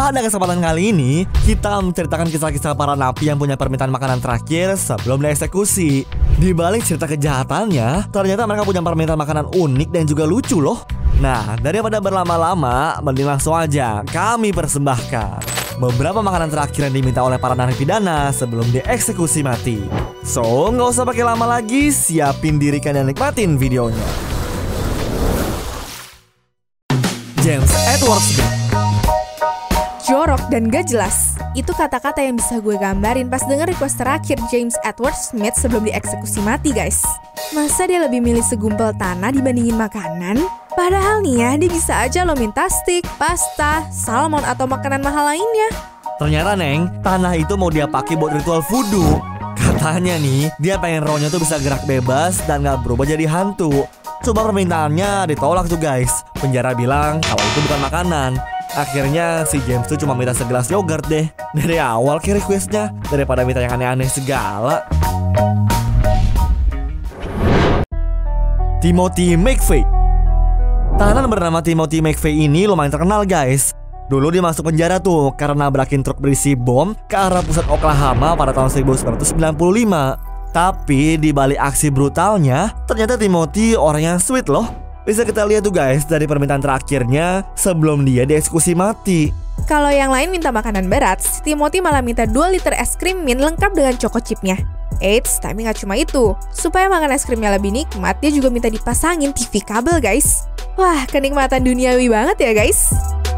Pada kesempatan kali ini, kita menceritakan kisah-kisah para napi yang punya permintaan makanan terakhir sebelum dieksekusi. Di balik cerita kejahatannya, ternyata mereka punya permintaan makanan unik dan juga lucu loh. Nah, daripada berlama-lama, mending langsung aja kami persembahkan beberapa makanan terakhir yang diminta oleh para narapidana sebelum dieksekusi mati. So, nggak usah pakai lama lagi, siapin diri kalian dan nikmatin videonya. James Edward Smith. Jorok dan gak jelas. Itu kata-kata yang bisa gue gambarin pas denger request terakhir James Edward Smith sebelum dieksekusi mati, guys. Masa dia lebih milih segumpal tanah dibandingin makanan? Padahal nih ya, dia bisa aja lo minta steak, pasta, salmon, atau makanan mahal lainnya. Ternyata Neng, tanah itu mau dia pakai buat ritual voodoo. Katanya nih, dia pengen rohnya tuh bisa gerak bebas dan gak berubah jadi hantu. Coba permintaannya ditolak tuh guys. Penjara bilang kalau itu bukan makanan. Akhirnya si James tuh cuma minta segelas yogurt deh. Dari awal ke requestnya, daripada minta yang aneh-aneh segala. Timothy McVeigh. Tahanan bernama Timothy McVeigh ini lumayan terkenal guys. Dulu dia masuk penjara tuh karena nabrakin truk berisi bom ke arah pusat Oklahoma pada tahun 1995. Tapi di balik aksi brutalnya, ternyata Timothy orang yang sweet loh. Bisa kita lihat tuh guys dari permintaan terakhirnya sebelum dia dieksekusi mati. Kalau yang lain minta makanan berat, si Timothy malah minta 2 liter es krim mint lengkap dengan choco chipnya. Eits, tapi nggak cuma itu. Supaya makan es krimnya lebih nikmat, dia juga minta dipasangin TV kabel guys. Wah, kenikmatan duniawi banget ya guys.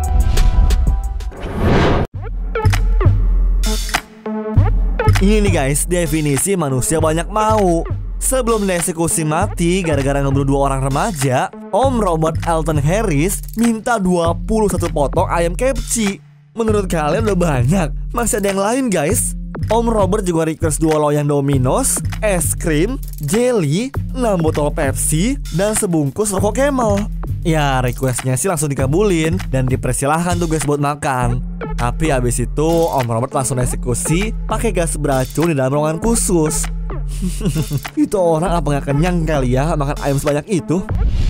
Ini nih guys, definisi manusia banyak mau. Sebelum dieksekusi mati gara-gara ngebunuh 2 orang remaja, Om Robert Alton Harris minta 21 potong ayam KFC. Menurut kalian udah banyak? Masih ada yang lain guys? Om Robert juga request 2 loyang Domino's, es krim, jelly, 6 botol Pepsi, dan sebungkus rokok Camel. Ya requestnya sih langsung dikabulin dan dipersilahkan tuh guys buat makan. Tapi habis itu Om Robert langsung dieksekusi pakai gas beracun di dalam ruangan khusus. Itu orang apa gak kenyang kali ya makan ayam sebanyak itu?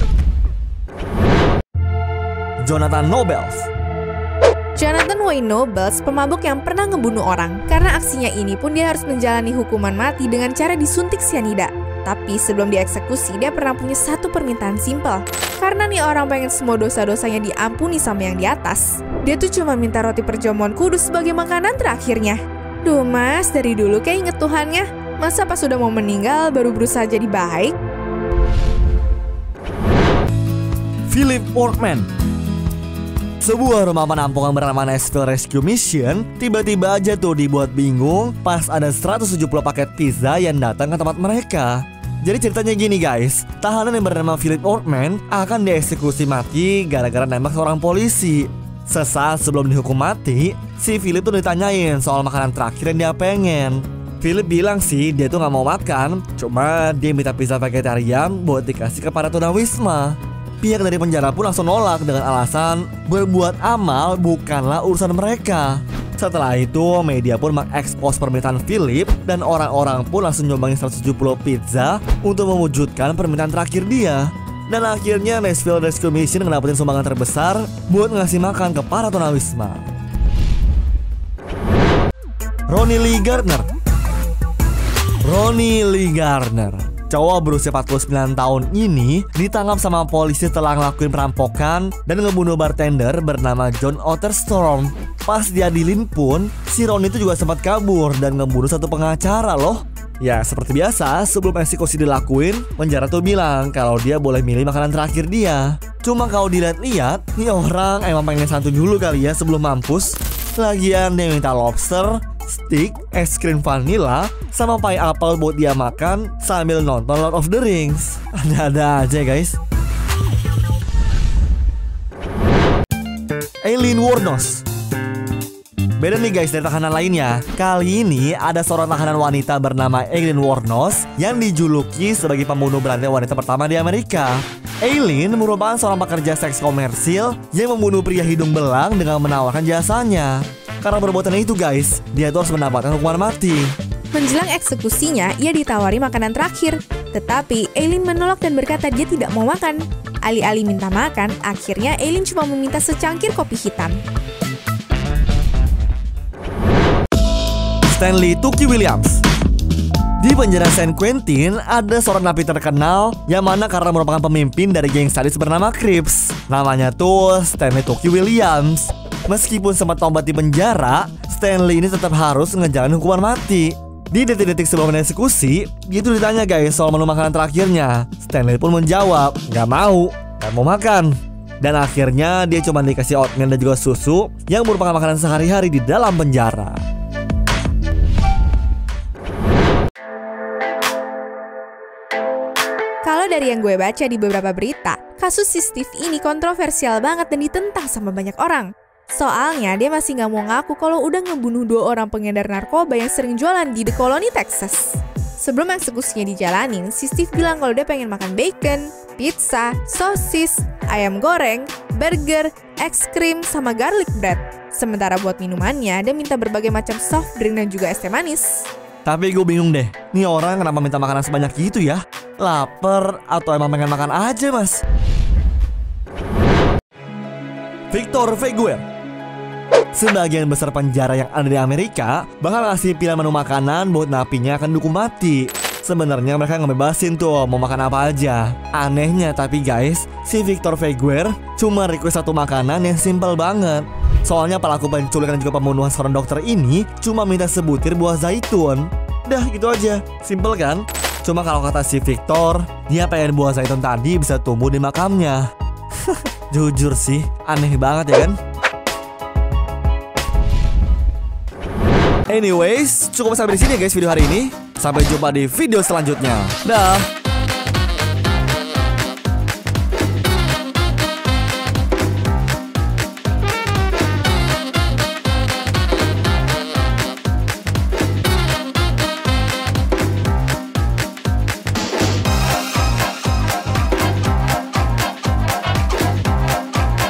Jonathan Nobles. Jonathan Wayne Nobles, pemabuk yang pernah ngebunuh orang. Karena aksinya ini pun dia harus menjalani hukuman mati dengan cara disuntik sianida. Tapi sebelum dieksekusi, dia pernah punya satu permintaan simpel. Karena nih orang pengen semua dosa-dosanya diampuni sama yang di atas. Dia tuh cuma minta roti perjamuan kudus sebagai makanan terakhirnya. Duh mas, dari dulu kayak inget Tuhannya. Masa pas sudah mau meninggal baru berusaha jadi baik? Philip Portman. Sebuah rumah penampungan bernama Nashville Rescue Mission tiba-tiba aja tuh dibuat bingung pas ada 170 paket pizza yang datang ke tempat mereka. Jadi ceritanya gini guys, tahanan yang bernama Philip Portman akan dieksekusi mati gara-gara nembak seorang polisi. Sesaat sebelum dihukum mati, si Philip tuh ditanyain soal makanan terakhir yang dia pengen. Philip bilang sih dia tuh gak mau makan, cuma dia minta pizza vegetarian buat dikasih kepada tunawisma. Pihak dari penjara pun langsung nolak dengan alasan berbuat amal bukanlah urusan mereka. Setelah itu media pun mengekspos permintaan Philip dan orang-orang pun langsung nyumbangin 170 pizza untuk mewujudkan permintaan terakhir dia. Dan akhirnya Nashville Rescue Mission ngedapetin sumbangan terbesar buat ngasih makan ke para tunawisma. Ronnie Lee Gardner. Ronnie Lee Gardner, cowok berusia 49 tahun ini ditangkap sama polisi setelah ngelakuin perampokan dan ngebunuh bartender bernama John Otterstorm. Pas diadilin pun, si Ronnie itu juga sempat kabur dan ngebunuh satu pengacara loh. Ya seperti biasa, sebelum eksekusi dilakuin, penjara tuh bilang kalau dia boleh milih makanan terakhir dia. Cuma kalau dilihat-lihat, nih orang emang pengen santuy dulu kali ya sebelum mampus. Lagian dia minta lobster, steak, es krim vanilla, sama pie apple buat dia makan sambil nonton Lord of the Rings. Ada-ada aja guys. Aileen Wuornos. Beda nih guys dari tahanan lainnya. Kali ini ada seorang tahanan wanita bernama Aileen Wuornos yang dijuluki sebagai pembunuh berantai wanita pertama di Amerika. Aileen merupakan seorang pekerja seks komersil yang membunuh pria hidung belang dengan menawarkan jasanya. Karena perbuatannya itu guys, dia tuh harus mendapatkan hukuman mati. Menjelang eksekusinya, ia ditawari makanan terakhir. Tetapi Aileen menolak dan berkata dia tidak mau makan. Alih-alih minta makan, akhirnya Aileen cuma meminta secangkir kopi hitam. Stanley Tucci Williams. Di penjara San Quentin ada seorang napi terkenal yang mana karena merupakan pemimpin dari geng sadis bernama Crips. Namanya tuh Stanley Tucci Williams. Meskipun sempat tobat di penjara, Stanley ini tetap harus ngejalanin hukuman mati. Di detik-detik sebelum eksekusi, dia tuh ditanya guys soal menu makanan terakhirnya. Stanley pun menjawab, gak mau makan. Dan akhirnya dia cuma dikasih oatmeal dan juga susu yang merupakan makanan sehari-hari di dalam penjara. Kalau dari yang gue baca di beberapa berita, kasus si Steve ini kontroversial banget dan ditentang sama banyak orang. Soalnya dia masih gak mau ngaku kalau udah ngebunuh 2 orang pengedar narkoba yang sering jualan di The Colony, Texas. Sebelum eksekusinya dijalanin, si Steve bilang kalau dia pengen makan bacon, pizza, sosis, ayam goreng, burger, es krim, sama garlic bread. Sementara buat minumannya, dia minta berbagai macam soft drink dan juga es teh manis. Tapi gue bingung deh, nih orang kenapa minta makanan sebanyak gitu ya? Laper atau emang pengen makan aja mas? Victor Feguer. Sebagian besar penjara yang ada di Amerika bakal ngasih pilihan menu makanan buat napinya akan dihukum mati. Sebenarnya mereka ngebebasin tuh mau makan apa aja. Anehnya tapi guys, si Victor Feguer cuma request satu makanan yang simple banget. Soalnya pelaku penculikan dan juga pembunuhan seorang dokter ini cuma minta sebutir buah zaitun. Dah gitu aja, simple kan? Cuma kalau kata si Victor, dia pengen buah zaitun tadi bisa tumbuh di makamnya. Jujur sih, aneh banget ya kan? Anyways, cukup sampai di sini ya guys video hari ini. Sampai jumpa di video selanjutnya. Dah.